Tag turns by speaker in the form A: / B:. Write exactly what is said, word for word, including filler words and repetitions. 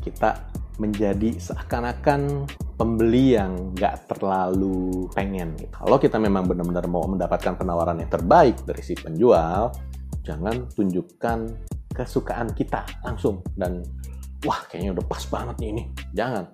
A: kita menjadi seakan-akan pembeli yang nggak terlalu pengen. Gitu. Kalau kita memang benar-benar mau mendapatkan penawaran yang terbaik dari si penjual, jangan tunjukkan kesukaan kita langsung dan wah kayaknya udah pas banget nih ini. Jangan.